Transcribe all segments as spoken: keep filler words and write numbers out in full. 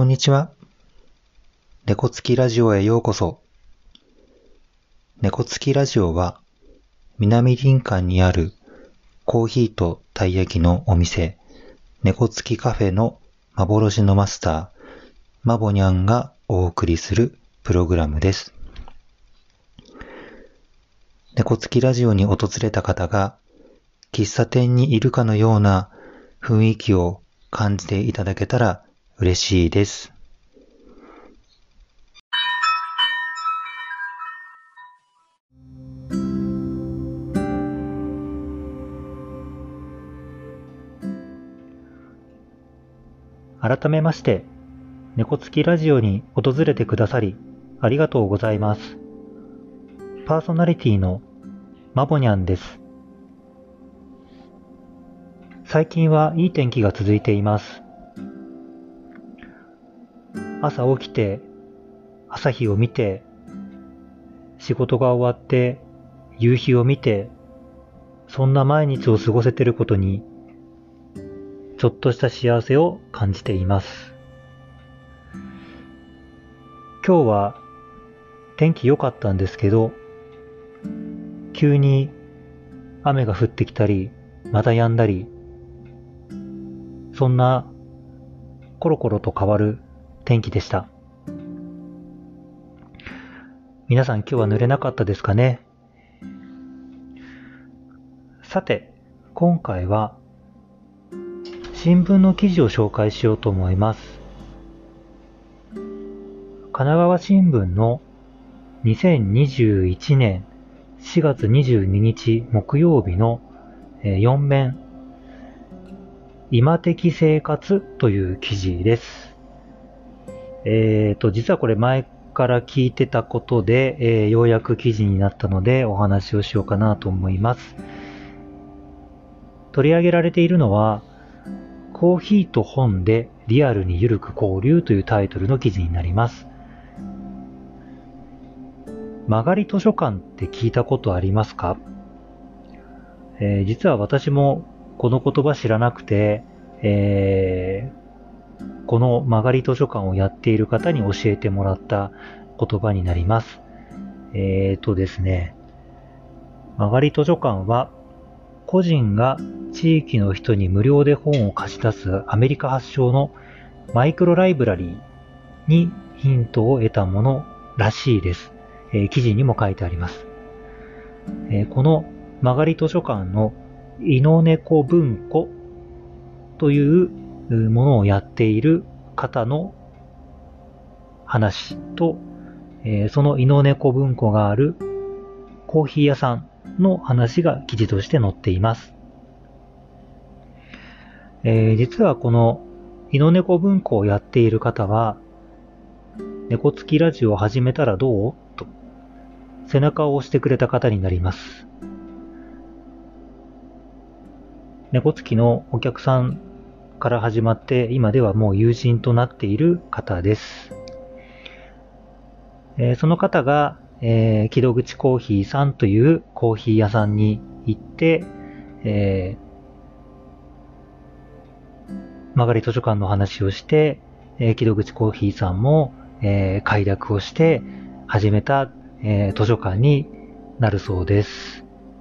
んにちは。猫つきラジオへようこそ。猫つきラジオは、南林間にあるコーヒーとたい焼きのお店、猫つきカフェの幻のマスター、マボニャンがお送りするプログラムです。猫つきラジオに訪れた方が、喫茶店にいるかのような雰囲気を感じていただけたら嬉しいです。改めまして、猫つきラジオに訪れてくださりありがとうございます。パーソナリティのマボニャンです。最近はいい天気が続いています。朝起きて、朝日を見て、仕事が終わって夕日を見て、そんな毎日を過ごせていることに、ちょっとした幸せを感じています。今日は天気良かったんですけど、急に雨が降ってきたり、また止んだり、そんなコロコロと変わる天気でした。皆さん今日は濡れなかったですかね。さて、今回は新聞の記事を紹介しようと思います。神奈川新聞のにせんにじゅういちねんしがつにじゅうににち木曜日のよんめん、今的生活という記事です。えーと、実はこれ前から聞いてたことで、えー、ようやく記事になったのでお話をしようかなと思います。取り上げられているのは、コーヒーと本でリアルにゆるく交流というタイトルの記事になります。曲がり図書館って聞いたことありますか？えー、実は私もこの言葉知らなくて、えー、この曲がり図書館をやっている方に教えてもらった言葉になります。えーとですね、曲がり図書館は個人が地域の人に無料で本を貸し出すアメリカ発祥のマイクロライブラリーにヒントを得たものらしいです。えー、記事にも書いてあります。えー、この曲がり図書館のいのねこ文庫というものをやっている方の話と、えー、そのいのねこ文庫があるコーヒー屋さんの話が記事として載っています。えー、実はこのいのねこ文庫をやっている方は、猫つきラジオを始めたらどう？と背中を押してくれた方になります。猫つきのお客さんから始まって今ではもう友人となっている方です。えー、その方が、えー、木戸口コーヒーさんというコーヒー屋さんに行って、えー、曲がり図書館の話をして、えー、木戸口コーヒーさんも、えー、快諾をして始めた、えー、図書館になるそうです。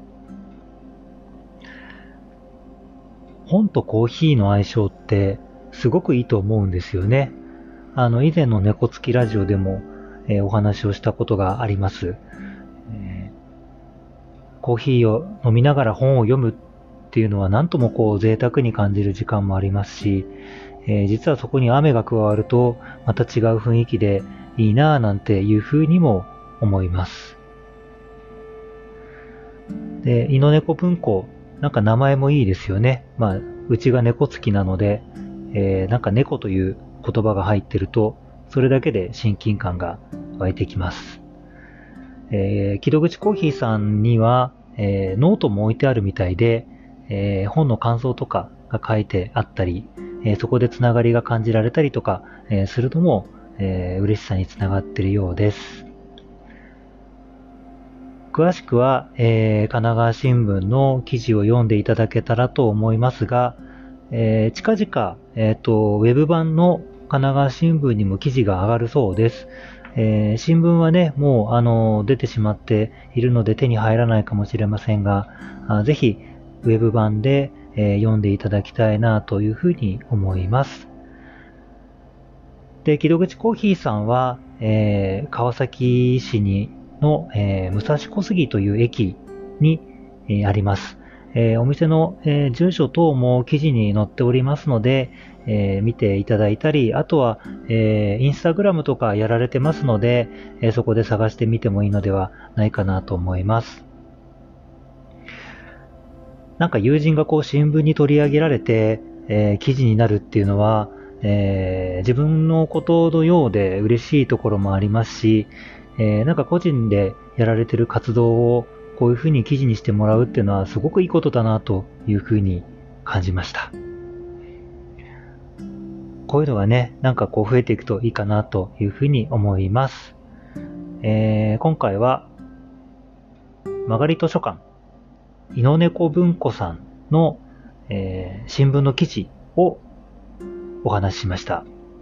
本とコーヒーの相性ってすごくいいと思うんですよね。あの以前の猫つきラジオでも、えー、お話をしたことがあります、えー。コーヒーを飲みながら本を読むっていうのは何ともこう贅沢に感じる時間もありますし、えー、実はそこに雨が加わるとまた違う雰囲気でいいなぁなんていうふうにも思います。で、いのねこ文庫、なんか名前もいいですよね。まあ、うちが猫つきなので、えー、なんか猫という言葉が入ってると、それだけで親近感が湧いてきます。えー、木戸口コーヒーさんには、えー、ノートも置いてあるみたいで、えー、本の感想とかが書いてあったり、えー、そこでつながりが感じられたりとか、えー、するのも、えー、嬉しさにつながっているようです。詳しくは、えー、神奈川新聞の記事を読んでいただけたらと思いますが、えー、近々、えーと、ウェブ版の神奈川新聞にも記事が上がるそうです。えー、新聞はね、もう、あの、出てしまっているので手に入らないかもしれませんが、あぜひ、ウェブ版で、えー、読んでいただきたいなというふうに思います。で、木戸口コーヒーさんは、えー、川崎市にの、えー、武蔵小杉という駅に、えー、あります。えー、お店の、えー、住所等も記事に載っておりますので、えー、見ていただいたり、あとは、えー、インスタグラムとかやられてますので、えー、そこで探してみてもいいのではないかなと思います。なんか友人がこう新聞に取り上げられて、えー、記事になるっていうのは、えー、自分のことのようで嬉しいところもありますし、えー、なんか個人でやられてる活動をこういうふうに記事にしてもらうっていうのはすごくいいことだなというふうに感じました。こういうのがね、なんかこう増えていくといいかなというふうに思います。えー、今回は曲がり図書館いのねこ文庫さんの、えー、新聞の記事をお話ししました。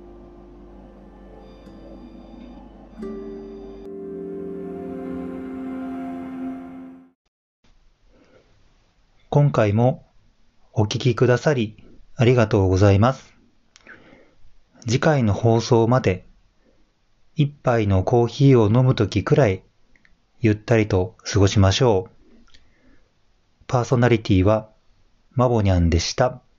今回もお聞きくださりありがとうございます。次回の放送まで一杯のコーヒーを飲むときくらいゆったりと過ごしましょう。パーソナリティはマボニャンでした。